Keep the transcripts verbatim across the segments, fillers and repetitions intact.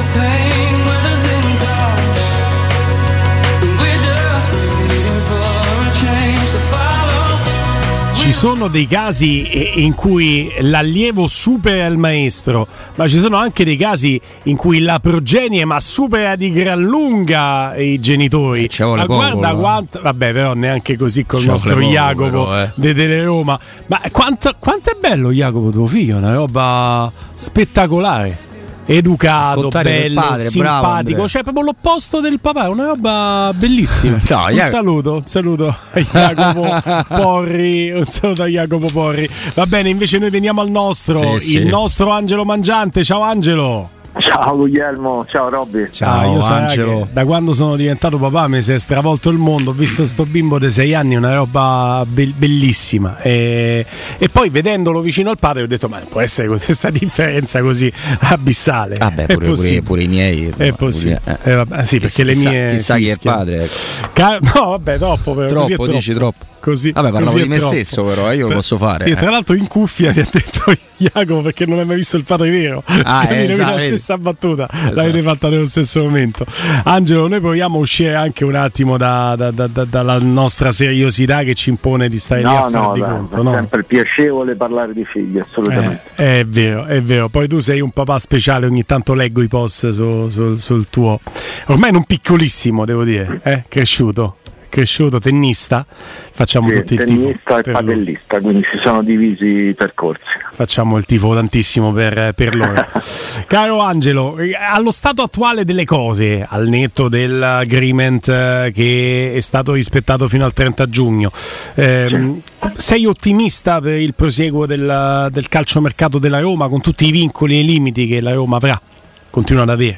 Ci sono dei casi in cui l'allievo supera il maestro, ma ci sono anche dei casi in cui la progenie ma supera di gran lunga i genitori. Ma guarda poco, quanto, vabbè, però neanche così col nostro poco, Jacopo però, eh. de Teleroma. Ma quanto, quanto è bello Jacopo tuo figlio, una roba spettacolare. Educato, bello, padre, simpatico, bravo, cioè proprio l'opposto del papà, una roba bellissima. No, un Jac- saluto, un saluto a Jacopo Porri, un saluto a Jacopo Porri. Va bene, invece noi veniamo al nostro, sì, il sì. nostro Angelo Mangiante. Ciao Angelo. Ciao Guglielmo, ciao Robby. Ciao ah, io Angelo. Da quando sono diventato papà mi si è stravolto il mondo. Ho visto sto bimbo di sei anni, una roba be- bellissima. E-, e poi vedendolo vicino al padre ho detto: ma non può essere questa differenza così abissale. Ah beh, pure, pure, pure i miei. È possibile. Eh. Eh, vabbè, sì, perché chissà, le mie. Chissà chi è padre. Car- no, vabbè, troppo. Però, troppo, troppo, dici troppo. Così, vabbè, parlavo così di me troppo. stesso, però eh, io lo posso fare. Sì, eh. tra l'altro in cuffia mi ha detto Jacopo perché non hai mai visto il padre vero. Ah, quindi eh, esatto, la stessa battuta esatto. l'avete fatta nello stesso momento. Angelo, noi proviamo a uscire anche un attimo da, da, da, da, dalla nostra seriosità che ci impone di stare no, lì a far no, di dai, conto. È no? sempre piacevole parlare di figli, assolutamente. Eh, è vero, è vero. Poi tu sei un papà speciale, ogni tanto leggo i post su, su, sul tuo. Ormai non piccolissimo, devo dire, eh? cresciuto. cresciuto tennista, facciamo sì, tutti il tifo tennista e padellista, quindi si sono divisi i percorsi, facciamo il tifo tantissimo per, per loro. Caro Angelo, allo stato attuale delle cose, al netto dell'agreement che è stato rispettato fino al trenta giugno, ehm, sì. sei ottimista per il proseguo del, del calciomercato della Roma con tutti i vincoli e i limiti che la Roma avrà, continua ad avere?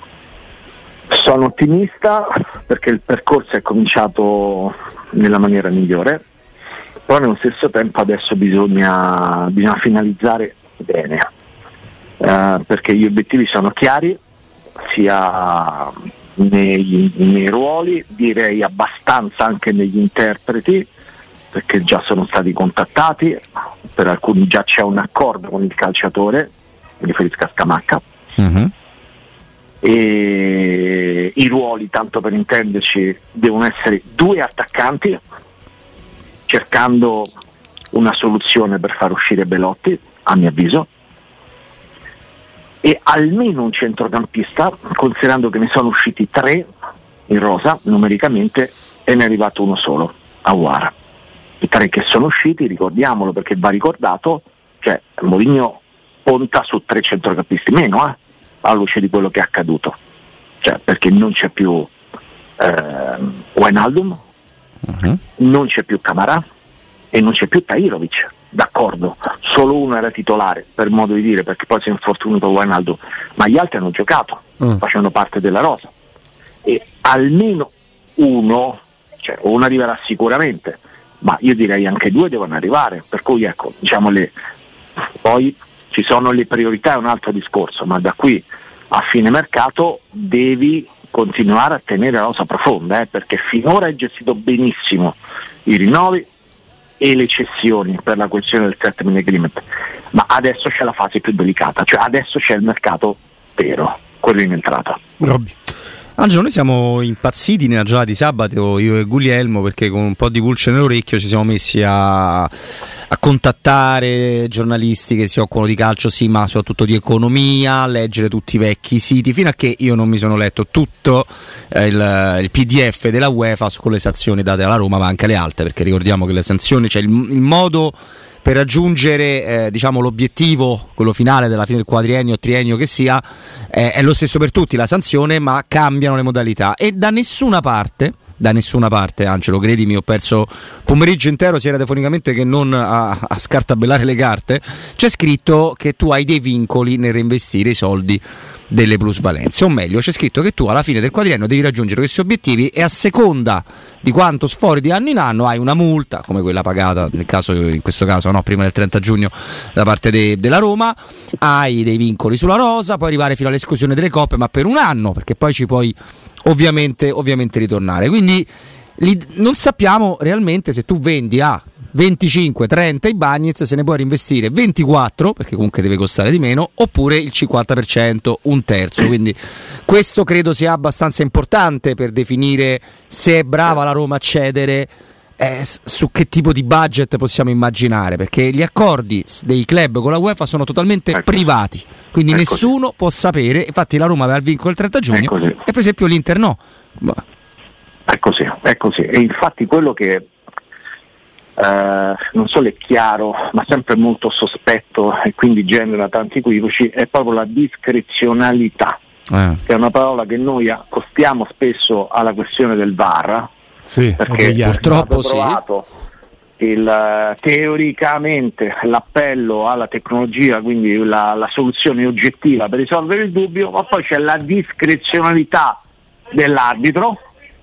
Sono ottimista perché il percorso è cominciato nella maniera migliore, però nello stesso tempo adesso bisogna, bisogna finalizzare bene, eh, perché gli obiettivi sono chiari, sia nei, nei ruoli, direi abbastanza anche negli interpreti, perché già sono stati contattati, per alcuni già c'è un accordo con il calciatore, mi riferisco a Scamacca. Mm-hmm. E i ruoli, tanto per intenderci, devono essere due attaccanti, cercando una soluzione per far uscire Belotti, a mio avviso, e almeno un centrocampista, considerando che ne sono usciti tre in rosa numericamente e ne è arrivato uno solo, Aouar. I tre che sono usciti, ricordiamolo perché va ricordato, cioè Mourinho punta su tre centrocampisti meno, eh alla luce di quello che è accaduto, cioè perché non c'è più eh, Wijnaldum, uh-huh. non c'è più Camara e non c'è più Tahirovic, d'accordo, solo uno era titolare per modo di dire perché poi si è infortunato Wijnaldum, ma gli altri hanno giocato, uh. facendo parte della rosa e almeno uno, cioè uno arriverà sicuramente, ma io direi anche due devono arrivare, per cui ecco, diciamo le poi ci sono le priorità, è un altro discorso, ma da qui a fine mercato devi continuare a tenere la rosa profonda, eh, perché finora hai gestito benissimo i rinnovi e le cessioni per la questione del settlement agreement, ma adesso c'è la fase più delicata, cioè adesso c'è il mercato vero, quello in entrata. Robby. Angelo, noi siamo impazziti nella giornata di sabato, io e Guglielmo, perché con un po' di pulce nell'orecchio ci siamo messi a, a contattare giornalisti che si occupano di calcio, sì, ma soprattutto di economia, a leggere tutti i vecchi siti, fino a che io non mi sono letto tutto eh, il, il P D F della UEFA con le sanzioni date alla Roma, ma anche le altre, perché ricordiamo che le sanzioni, cioè il, il modo per raggiungere eh, diciamo l'obiettivo, quello finale della fine del quadriennio o triennio che sia, eh, è lo stesso per tutti, la sanzione, ma cambiano le modalità e da nessuna parte, da nessuna parte, Angelo, credimi, ho perso pomeriggio intero sia radiofonicamente che non a, a scartabellare le carte, c'è scritto che tu hai dei vincoli nel reinvestire i soldi delle plusvalenze, o meglio c'è scritto che tu alla fine del quadriennio devi raggiungere questi obiettivi e a seconda di quanto sfori di anno in anno hai una multa come quella pagata nel caso, in questo caso no, prima del trenta giugno da parte de, della Roma, hai dei vincoli sulla rosa, puoi arrivare fino all'esclusione delle coppe ma per un anno, perché poi ci puoi ovviamente, ovviamente ritornare, quindi li, non sappiamo realmente se tu vendi a venticinque trenta i Bagnets, se ne puoi reinvestire ventiquattro, perché comunque deve costare di meno, oppure il cinquanta per cento, un terzo. Quindi questo credo sia abbastanza importante per definire se è brava la Roma a cedere, eh, su che tipo di budget possiamo immaginare, perché gli accordi dei club con la UEFA sono totalmente ecco. privati, quindi è nessuno così. può sapere. Infatti la Roma aveva il vincolo il trenta giugno e per esempio l'Inter no. È così, è così. E infatti quello che Uh, non solo è chiaro ma sempre molto sospetto e quindi genera tanti equivoci, è proprio la discrezionalità, eh. che è una parola che noi accostiamo spesso alla questione del V A R, sì, perché purtroppo sì. trovato il, teoricamente l'appello alla tecnologia, quindi la, la soluzione oggettiva per risolvere il dubbio, ma poi c'è la discrezionalità dell'arbitro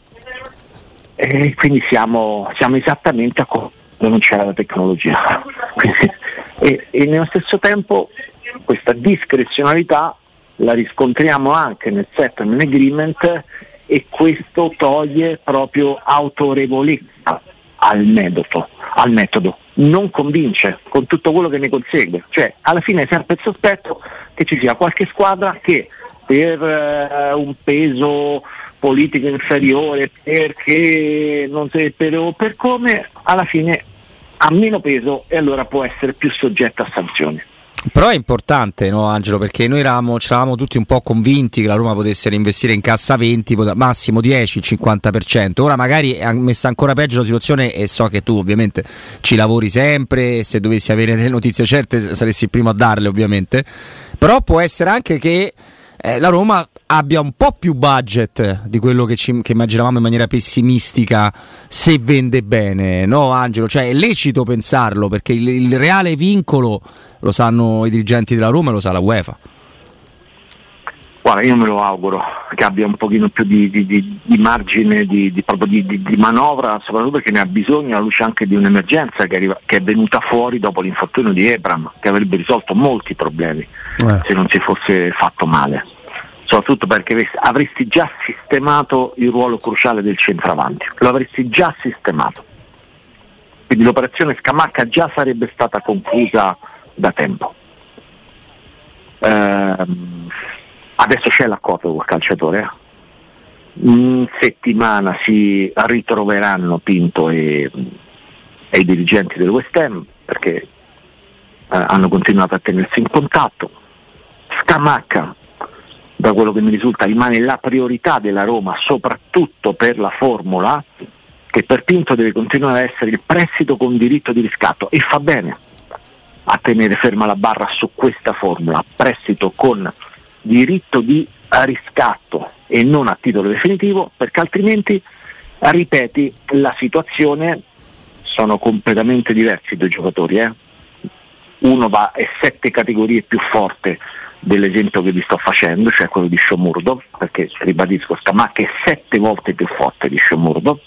e quindi siamo, siamo esattamente a come non c'era la tecnologia. Quindi, e, e nello stesso tempo questa discrezionalità la riscontriamo anche nel settlement agreement e questo toglie proprio autorevolezza al metodo, al metodo. Non convince con tutto quello che ne consegue, cioè alla fine è sempre il sospetto che ci sia qualche squadra che per eh, un peso politico inferiore, perché non so per, o per come, alla fine ha meno peso e allora può essere più soggetta a sanzioni. Però è importante, no Angelo, perché noi eravamo, c'eravamo tutti un po' convinti che la Roma potesse reinvestire in cassa venti, massimo dieci, cinquanta per cento. Ora magari è messa ancora peggio la situazione e so che tu ovviamente ci lavori sempre e se dovessi avere delle notizie certe saresti il primo a darle ovviamente, però può essere anche che eh, la Roma abbia un po' più budget di quello che, ci, che immaginavamo in maniera pessimistica se vende bene, no Angelo? Cioè è lecito pensarlo, perché il, il reale vincolo lo sanno i dirigenti della Roma e lo sa la UEFA. Guarda, io me lo auguro che abbia un pochino più di, di, di, di margine di, di, proprio di, di, di manovra, soprattutto perché ne ha bisogno alla luce anche di un'emergenza che, arriva, che è venuta fuori dopo l'infortunio di Ebram, che avrebbe risolto molti problemi eh. se non si fosse fatto male, soprattutto perché avresti già sistemato il ruolo cruciale del centravanti, lo avresti già sistemato, quindi l'operazione Scamacca già sarebbe stata conclusa da tempo. Ehm, adesso c'è l'accordo col calciatore, in settimana si ritroveranno Pinto e, e i dirigenti del West Ham, perché eh, hanno continuato a tenersi in contatto. Scamacca, da quello che mi risulta, rimane la priorità della Roma, soprattutto per la formula, che per Pinto deve continuare a essere il prestito con diritto di riscatto, e fa bene a tenere ferma la barra su questa formula, prestito con diritto di riscatto e non a titolo definitivo, perché altrimenti, ripeti, la situazione, sono completamente diversi i due giocatori, eh? Uno va è sette categorie più forte dell'esempio che vi sto facendo, cioè quello di Sciomurdo, perché ribadisco, Scamacca è sette volte più forte di Sciomurdo,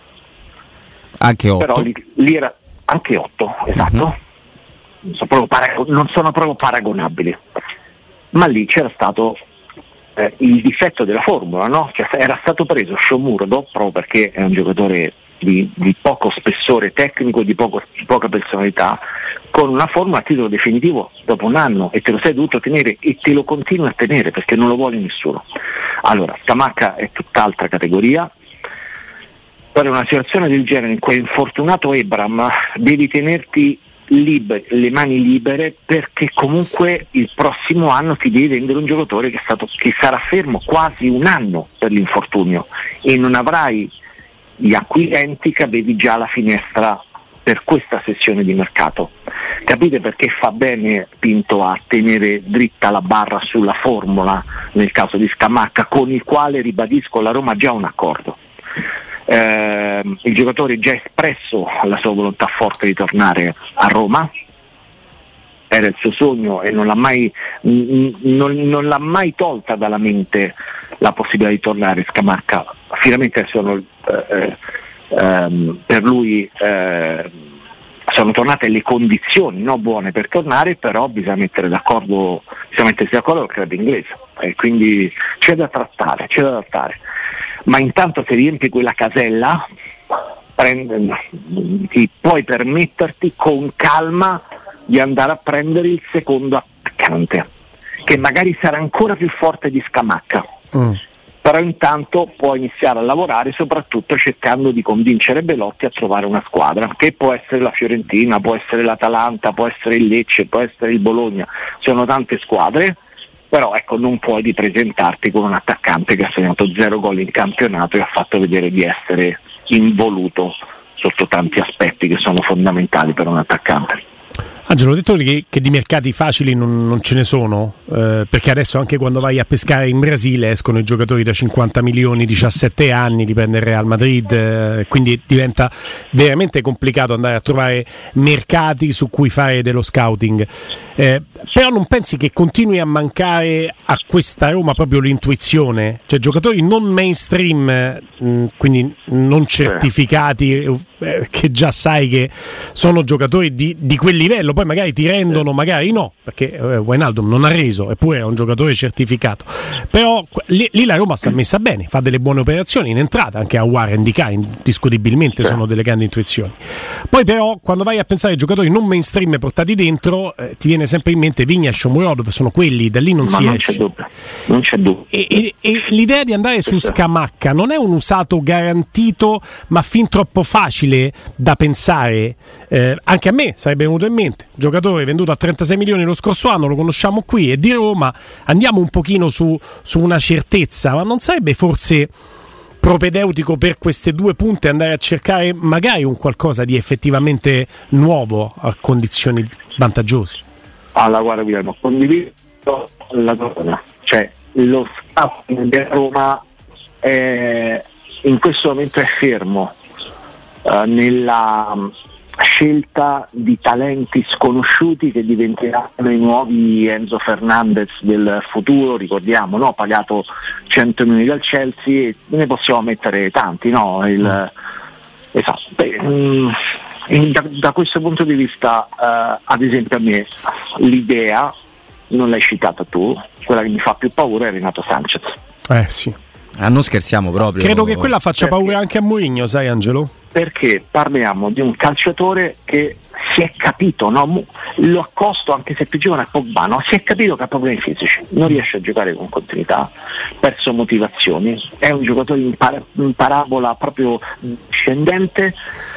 anche otto, però lì, lì era anche otto, esatto. Uh-huh. Non sono proprio, paragon- non sono proprio paragonabili, ma lì c'era stato eh, il difetto della formula, no? Cioè, era stato preso Sciomurdo proprio perché è un giocatore di, di poco spessore tecnico, di, poco, di poca personalità, con una formula a titolo definitivo dopo un anno, e te lo sei dovuto tenere e te lo continui a tenere perché non lo vuole nessuno. Allora, Scamacca è tutt'altra categoria. Per una situazione del genere in cui è infortunato Ebram, devi tenerti Liber, le mani libere, perché comunque il prossimo anno ti devi vendere un giocatore che, è stato, che sarà fermo quasi un anno per l'infortunio e non avrai gli acquirenti che avevi già alla finestra per questa sessione di mercato. Capite perché fa bene Pinto a tenere dritta la barra sulla formula nel caso di Scamacca, con il quale, ribadisco, la Roma ha già un accordo. Eh, il giocatore già espresso la sua volontà forte di tornare a Roma, era il suo sogno e non l'ha mai, n- non, non l'ha mai tolta dalla mente la possibilità di tornare. Scamacca, finalmente sono eh, ehm, per lui eh, sono tornate le condizioni, no, buone per tornare, però bisogna mettere d'accordo, bisogna mettersi d'accordo con il club inglese, e quindi c'è da trattare, c'è da trattare. ma intanto se riempi quella casella prende, ti puoi permetterti con calma di andare a prendere il secondo attaccante, che magari sarà ancora più forte di Scamacca, mm. però intanto puoi iniziare a lavorare soprattutto cercando di convincere Belotti a trovare una squadra, che può essere la Fiorentina, può essere l'Atalanta, può essere il Lecce, può essere il Bologna, sono tante squadre, però ecco, non puoi ripresentarti con un attaccante che ha segnato zero gol in campionato e ha fatto vedere di essere involuto sotto tanti aspetti che sono fondamentali per un attaccante. Angelo, ho detto che, che di mercati facili non, non ce ne sono, eh, perché adesso anche quando vai a pescare in Brasile escono i giocatori da cinquanta milioni, diciassette anni, dipende il Real Madrid, eh, quindi diventa veramente complicato andare a trovare mercati su cui fare dello scouting. Eh, però non pensi che continui a mancare a questa Roma proprio l'intuizione? Cioè giocatori non mainstream, mh, quindi non certificati, eh, che già sai che sono giocatori di, di quel livello, poi magari ti rendono, magari no, perché eh, Wijnaldum non ha reso, eppure è un giocatore certificato, però lì, lì la Roma sta messa bene, fa delle buone operazioni in entrata, anche a Warren di K indiscutibilmente sono delle grandi intuizioni. Poi però quando vai a pensare ai giocatori non mainstream portati dentro, eh, ti viene sempre in mente Vigna e Shomurodov, sono quelli, da lì non Ma si non esce. C'è dubbio. Non c'è dubbio. E, e, e l'idea di andare su Scamacca non è un usato garantito, ma fin troppo facile da pensare. Eh, anche a me sarebbe venuto in mente, giocatore venduto a trentasei milioni lo scorso anno, lo conosciamo qui, e di Roma andiamo un pochino su, su una certezza, ma non sarebbe forse propedeutico per queste due punte andare a cercare magari un qualcosa di effettivamente nuovo a condizioni vantaggiose? Alla guarda, Guillermo, condivido la tua, cioè lo scouting di Roma è, in questo momento è fermo uh, nella um, scelta di talenti sconosciuti che diventeranno i nuovi Enzo Fernandez del futuro, ricordiamo, no? Pagato cento milioni dal Chelsea, ne possiamo mettere tanti, no? Il, mm. esatto. Beh, mh, Da, da questo punto di vista, uh, ad esempio a me l'idea, non l'hai citata tu, quella che mi fa più paura è Renato Sanchez. Eh sì. Ah, non scherziamo proprio. Credo che quella faccia perché, paura anche a Mourinho, sai Angelo? Perché parliamo di un calciatore che si è capito, no? Lo accosto anche se più giovane a Pogba, no? Si è capito che ha problemi fisici, non riesce a giocare con continuità, perso motivazioni, è un giocatore in, par- in parabola proprio discendente,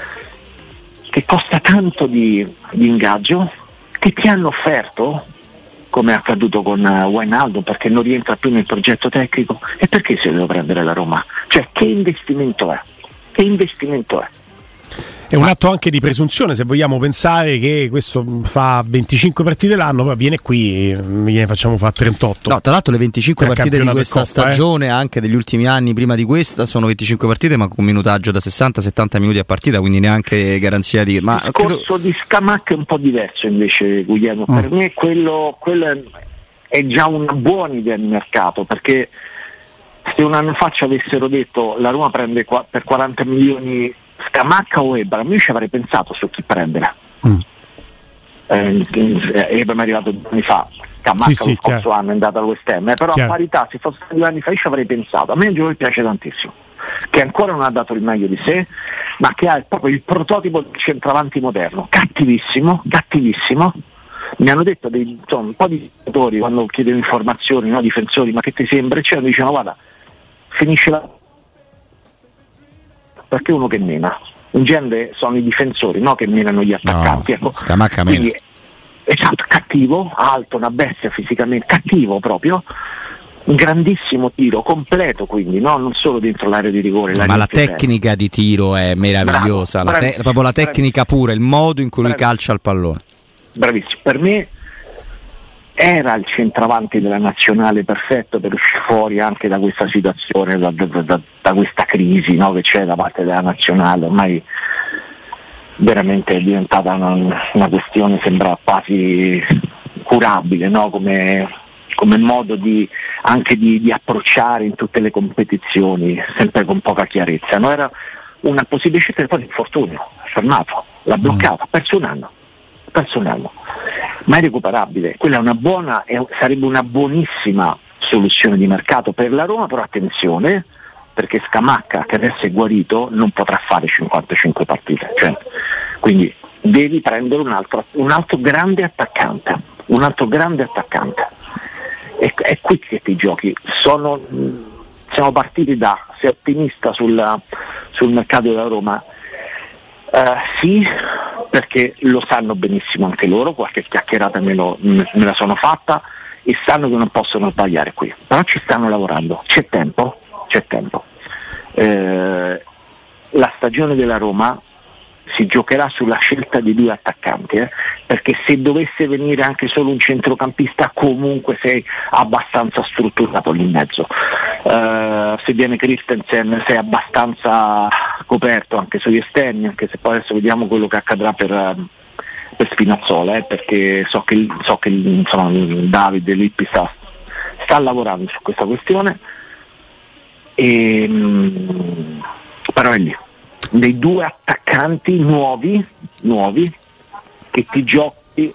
che costa tanto di, di ingaggio, che ti hanno offerto, come è accaduto con uh, Wijnaldum, perché non rientra più nel progetto tecnico, e perché se devo prendere la Roma? Cioè, che investimento è? Che investimento è? È un atto anche di presunzione, se vogliamo pensare che questo fa venticinque partite l'anno, poi viene qui e ne facciamo fare trentotto. No, tra l'altro le venticinque per partite di questa Coppa, stagione, eh? anche degli ultimi anni prima di questa, sono venticinque partite ma con minutaggio da sessanta settanta minuti a partita, quindi neanche garanzia di... Ma il corso credo... di Scamacca è un po' diverso invece, Guglielmo. Mm. Per me quello, quello è già una buona idea di mercato, perché se un anno fa ci avessero detto la Roma prende qua, per quaranta milioni Scamacca o Ebram, io ci avrei pensato su chi prendere. Mm. Eh, Ebram è arrivato due anni fa, Scamacca sì, sì, lo scorso chiaro. anno è andato all'West Ham, eh, però chiaro. A parità se fosse due anni fa io ci avrei pensato. A me il giocatore piace tantissimo, che ancora non ha dato il meglio di sé, ma che ha proprio il prototipo del centravanti moderno, cattivissimo, cattivissimo. Mi hanno detto dei, insomma, un po' di giocatori quando chiedevo informazioni, no, difensori, ma che ti sembra? E cioè mi dicevano guarda, finisce la... perché uno che mena, in genere sono i difensori, no, che menano gli attaccanti. No, ecco. Scamacca mena. Quindi, esatto, cattivo, alto, una bestia fisicamente, cattivo proprio, un grandissimo tiro, completo quindi, no? Non solo dentro l'area di rigore. Ma la tecnica di tiro è meravigliosa, bravo, la te- proprio la tecnica pura, il modo in cui lui calcia il pallone. Bravissimo, per me era il centravanti della nazionale perfetto per uscire fuori anche da questa situazione, da, da, da, da questa crisi, no, che c'è da parte della nazionale. Ormai veramente è diventata una, una questione, sembra quasi curabile, no? come, come modo di, anche di, di approcciare in tutte le competizioni, sempre con poca chiarezza. No? Era una possibile scelta, poi l'infortunio, fermato, l'ha bloccato, ha perso un anno. perso un anno, ma è recuperabile. Quella è una buona, è, sarebbe una buonissima soluzione di mercato per la Roma, però attenzione, perché Scamacca, che adesso è guarito, non potrà fare cinquantacinque partite, cioè, quindi devi prendere un altro, un altro grande attaccante, un altro grande attaccante. È, è qui che ti giochi. Sono, siamo partiti da sei ottimista sul, sul mercato della Roma. Uh, sì, perché lo sanno benissimo anche loro, qualche chiacchierata me, lo, me la sono fatta e sanno che non possono sbagliare qui, però ci stanno lavorando, c'è tempo, c'è tempo. Eh, la stagione della Roma si giocherà sulla scelta di due attaccanti, eh? Perché se dovesse venire anche solo un centrocampista comunque sei abbastanza strutturato lì in mezzo. Uh, se viene Christensen sei abbastanza coperto anche sugli esterni, anche se poi adesso vediamo quello che accadrà per, per Spinazzola, eh? Perché so che, so che insomma, Davide Lippi sta, sta lavorando su questa questione, e, mh, però è lì dei due attaccanti nuovi, nuovi che ti giochi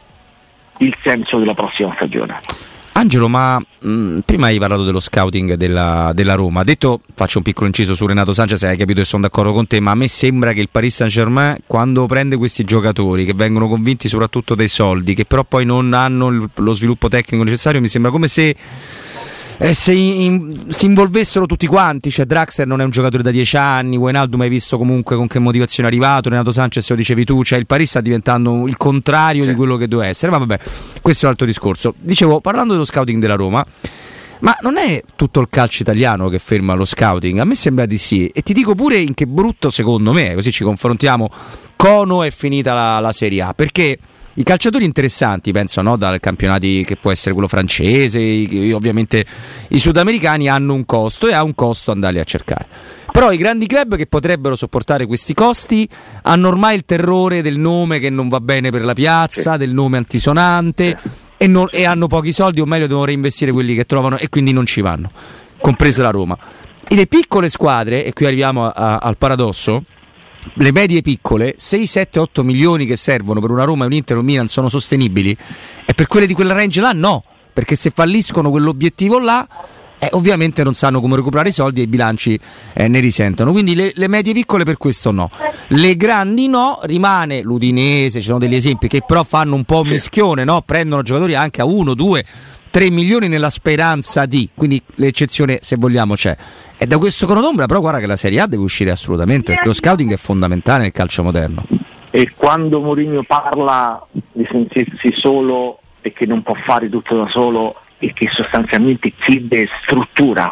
il senso della prossima stagione. Angelo, ma mh, prima hai parlato dello scouting della, della Roma. Detto, faccio un piccolo inciso su Renato Sanchez, hai capito e sono d'accordo con te, ma a me sembra che il Paris Saint-Germain, quando prende questi giocatori che vengono convinti soprattutto dai soldi, che però poi non hanno lo sviluppo tecnico necessario, mi sembra come se Eh, se in, si involvessero tutti quanti. Cioè Draxler non è un giocatore da dieci anni, Wijnaldum hai visto comunque con che motivazione è arrivato, Renato Sanchez lo dicevi tu, cioè il Paris sta diventando il contrario di quello che doveva essere, ma vabbè, questo è un altro discorso. Dicevo, parlando dello scouting della Roma, ma non è tutto il calcio italiano che ferma lo scouting? A me sembra di sì, e ti dico pure in che brutto secondo me, così ci confrontiamo, Cono è finita la, la Serie A, perché i calciatori interessanti, penso, no, dal campionati che può essere quello francese, i, ovviamente i sudamericani hanno un costo e ha un costo andarli a cercare. Però i grandi club che potrebbero sopportare questi costi hanno ormai il terrore del nome che non va bene per la piazza, del nome antisonante, e, non, e hanno pochi soldi, o meglio devono reinvestire quelli che trovano, e quindi non ci vanno, compresa la Roma. E le piccole squadre, e qui arriviamo a, a, al paradosso, le medie piccole, sei, sette, otto milioni che servono per una Roma, un Inter, un Milan sono sostenibili, e per quelle di quella range là no, perché se falliscono quell'obiettivo là, eh, ovviamente non sanno come recuperare i soldi e i bilanci eh, ne risentono. Quindi le, le medie piccole per questo no, le grandi no. Rimane l'Udinese, ci sono degli esempi che però fanno un po' mischione, no? Prendono giocatori anche a uno, due, tre milioni nella speranza di, quindi l'eccezione se vogliamo c'è. E da questo cono d'ombra però guarda che la Serie A deve uscire assolutamente, perché lo scouting è fondamentale nel calcio moderno. E quando Mourinho parla di sentirsi solo e che non può fare tutto da solo e che sostanzialmente chiede struttura,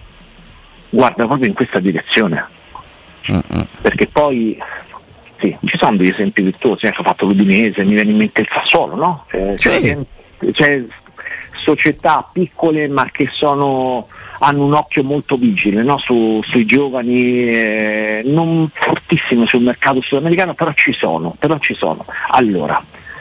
guarda proprio in questa direzione. Mm-hmm. Perché poi sì, ci sono degli esempi virtuosi, ecco, ha fatto l'Udinese, mi viene in mente il Sassuolo, no? Cioè, sì. c'è, c'è società piccole ma che sono hanno un occhio molto vigile, no? Su, sui giovani, eh, non fortissimi sul mercato sudamericano, però ci sono, però ci sono. Allora,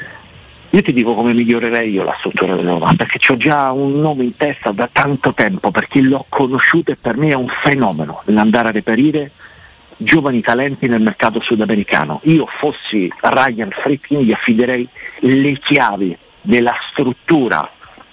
io ti dico come migliorerei io la struttura della Roma, perché c'ho già un nome in testa da tanto tempo, perché l'ho conosciuto e per me è un fenomeno nell'andare a reperire giovani talenti nel mercato sudamericano. Io fossi Ryan Friedkin gli affiderei le chiavi della struttura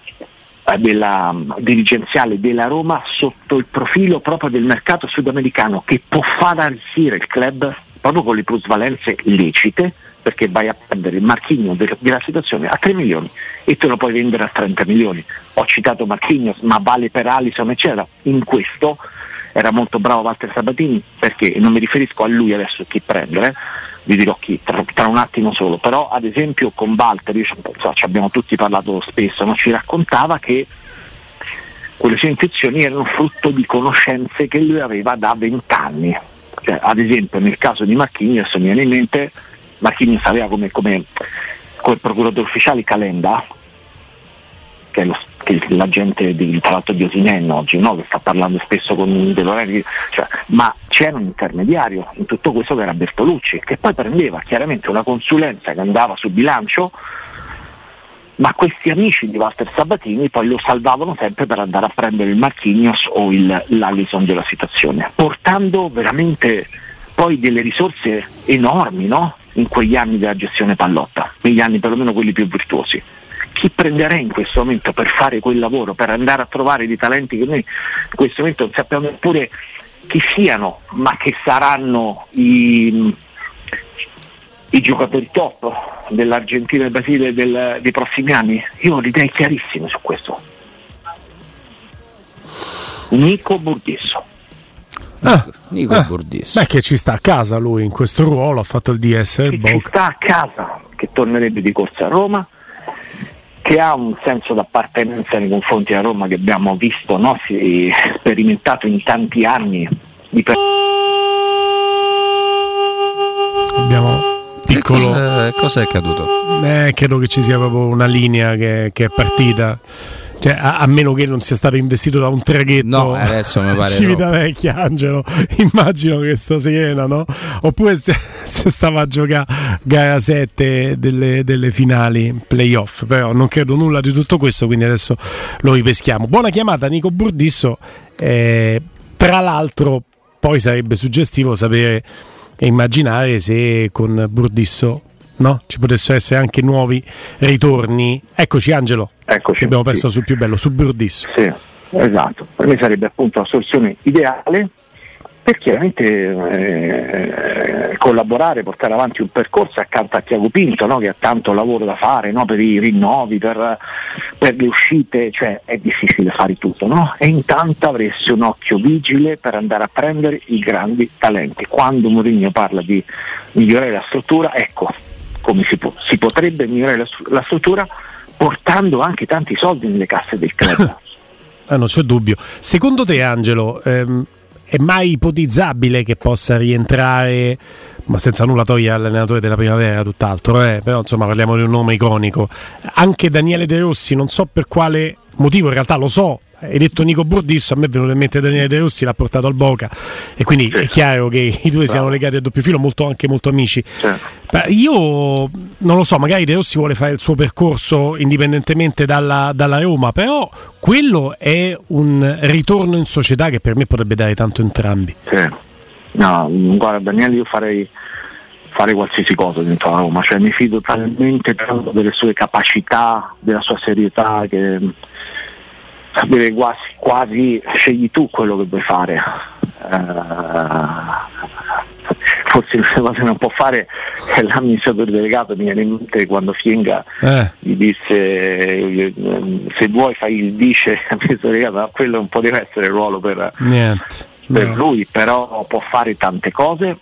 della dirigenziale della Roma sotto il profilo proprio del mercato sudamericano, che può far arricchire il club proprio con le plusvalenze lecite, perché vai a prendere il marchigno della situazione a tre milioni e te lo puoi vendere a trenta milioni. Ho citato Marquinhos, ma vale per Alisson eccetera. In questo era molto bravo Walter Sabatini, perché non mi riferisco a lui adesso chi prendere, vi dirò chi tra, tra un attimo solo, però ad esempio con Walter, io, so, ci abbiamo tutti parlato spesso, no? Ci raccontava che quelle sue intuizioni erano frutto di conoscenze che lui aveva da vent'anni. Cioè, ad esempio nel caso di Marquinhos mi viene in mente, Marquinhos aveva come, come, come procuratore ufficiale Calenda, che è lo che l'agente di, tra l'altro di Osimhen oggi, no? Che sta parlando spesso con De Lorenzi, cioè, ma c'era un intermediario in tutto questo che era Bertolucci, che poi prendeva chiaramente una consulenza che andava sul bilancio, ma questi amici di Walter Sabatini poi lo salvavano sempre per andare a prendere il Marquinhos o il, l'Alisson della situazione, portando veramente poi delle risorse enormi, no? In quegli anni della gestione Pallotta, negli anni perlomeno quelli più virtuosi. Chi prenderei in questo momento per fare quel lavoro, per andare a trovare dei talenti che noi in questo momento non sappiamo neppure chi siano, ma che saranno i, i giocatori top dell'Argentina e del Brasile del, dei prossimi anni, io ho le idee chiarissime su questo. Nico Burdisso. Ah, Nico ah, Burdisso. Beh, che ci sta a casa lui in questo ruolo, ha fatto il D S del Boca. Ci sta a casa, che tornerebbe di corsa a Roma, che ha un senso d'appartenenza nei confronti della Roma che abbiamo visto, no? Si è sperimentato in tanti anni di per- abbiamo piccolo cosa, cosa è accaduto? Eh, credo che ci sia proprio una linea che, che è partita. Cioè, a, a meno che non sia stato investito da un traghetto. No, adesso mi pare Civitavecchia, Angelo. Immagino che sto serena, no? Oppure se, se stava a giocare gara sette delle, delle finali playoff. Però non credo nulla di tutto questo, quindi adesso lo ripeschiamo. Buona chiamata, Nico Burdisso. Eh, tra l'altro, poi sarebbe suggestivo sapere e immaginare se con Burdisso, no, ci potessero essere anche nuovi ritorni. Eccoci, Angelo. Eccoci, ci abbiamo perso sì. sul più bello, su Burdisso. Sì, esatto. Per me sarebbe appunto la soluzione ideale per chiaramente eh, collaborare, portare avanti un percorso accanto a Tiago Pinto, no? Che ha tanto lavoro da fare, no? Per i rinnovi, per, per le uscite, cioè è difficile fare tutto, no? E intanto avresti un occhio vigile per andare a prendere i grandi talenti. Quando Mourinho parla di migliorare la struttura, ecco come si, può, si potrebbe migliorare la, la struttura portando anche tanti soldi nelle casse del club. Ah, non c'è dubbio. Secondo te, Angelo, ehm, è mai ipotizzabile che possa rientrare, ma senza nulla togliere all'allenatore della primavera, tutt'altro, eh? Però insomma parliamo di un nome iconico, anche Daniele De Rossi, non so per quale motivo, in realtà lo so, hai detto Nico Burdisso, a me è venuto in mente Daniele De Rossi, l'ha portato al Boca e quindi sì, è chiaro che i due siano legati a doppio filo, molto, anche molto amici. Sì. Io non lo so, magari De Rossi vuole fare il suo percorso indipendentemente dalla, dalla Roma, però quello è un ritorno in società che per me potrebbe dare tanto entrambi. Sì. No, guarda Daniele, io farei fare qualsiasi cosa dentro la Roma, cioè mi fido talmente tanto delle sue capacità, della sua serietà, che sapere quasi, quasi scegli tu quello che vuoi fare. Uh, forse l'unica cosa che non può fare è l'amministratore delegato. Mi viene in mente quando Fienga eh. gli disse se vuoi fai il vice amministratore delegato, ma quello non può deve essere il ruolo per, per no. lui, però può fare tante cose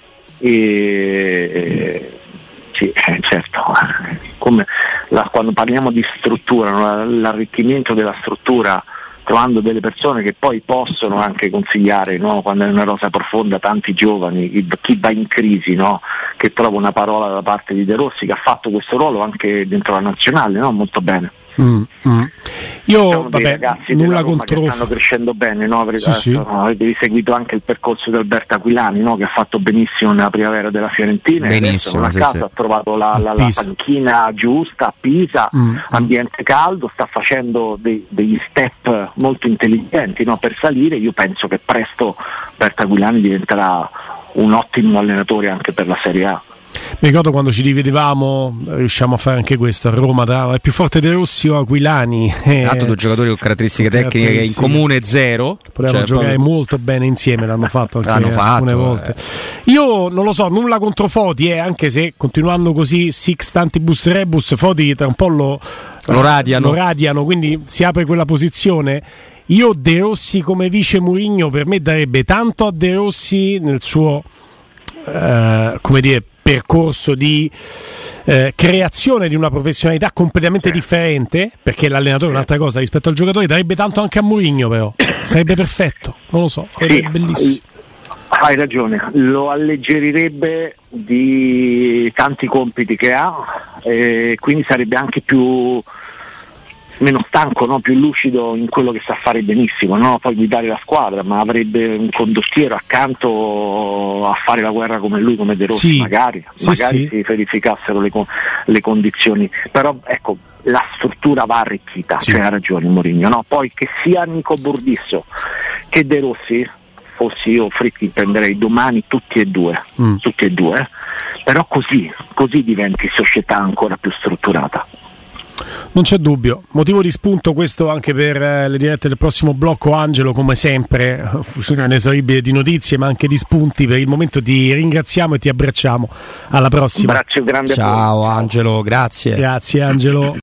e sì, certo, come la, quando parliamo di struttura, no? L'arricchimento della struttura, trovando delle persone che poi possono anche consigliare, no? Quando è una rosa profonda, tanti giovani, chi va in crisi, no? Che trova una parola da parte di De Rossi, che ha fatto questo ruolo anche dentro la nazionale, no? Molto bene. Mm, mm. Io diciamo vabbè, ragazzi nulla Roma contro, che stanno crescendo bene, no? Perché, sì, sì. No, avete seguito anche il percorso di Alberto Aquilani, no? Che ha fatto benissimo nella primavera della Fiorentina, benissimo, e adesso, sì, a casa sì. ha trovato la, la, la panchina giusta a Pisa, mm, ambiente caldo, sta facendo dei, degli step molto intelligenti, no? Per salire. Io penso che presto Alberto Aquilani diventerà un ottimo allenatore anche per la Serie A. Mi ricordo quando ci dividevamo, riusciamo a fare anche questo a Roma, tra, è più forte De Rossi o Aquilani. Tra l'altro due giocatori con caratteristiche tecniche che in comune zero. Potevano cioè, giocare proprio molto bene insieme, l'hanno fatto anche l'hanno fatto, alcune volte. Eh. Io non lo so, nulla contro Foti, eh, anche se continuando così sic stantibus rebus, Foti tra un po' lo, lo, radiano. lo radiano, quindi si apre quella posizione. Io De Rossi come vice Mourinho per me darebbe tanto a De Rossi nel suo eh, come dire percorso di eh, creazione di una professionalità completamente differente, perché l'allenatore è un'altra cosa rispetto al giocatore, darebbe tanto anche a Mourinho, però sarebbe perfetto, non lo so, sarebbe sì, bellissimo. Hai ragione, lo alleggerirebbe di tanti compiti che ha e quindi sarebbe anche più meno stanco, no? Più lucido in quello che sa fare benissimo, no? Poi guidare la squadra, ma avrebbe un condottiero accanto a fare la guerra come lui, come De Rossi, sì, magari, sì, magari sì. si verificassero le, le condizioni, però ecco la struttura va arricchita, sì. Cioè ha ragione Mourinho, no? Poi che sia Nico Burdisso che De Rossi, fossi io Fritti prenderei domani tutti e due, mm. tutti e due, però così, così diventi società ancora più strutturata. Non c'è dubbio, motivo di spunto questo anche per eh, le dirette del prossimo blocco. Angelo, come sempre, un inesauribile di notizie ma anche di spunti. Per il momento ti ringraziamo e ti abbracciamo, alla prossima. Un abbraccio grande. Ciao Angelo, grazie. Grazie Angelo.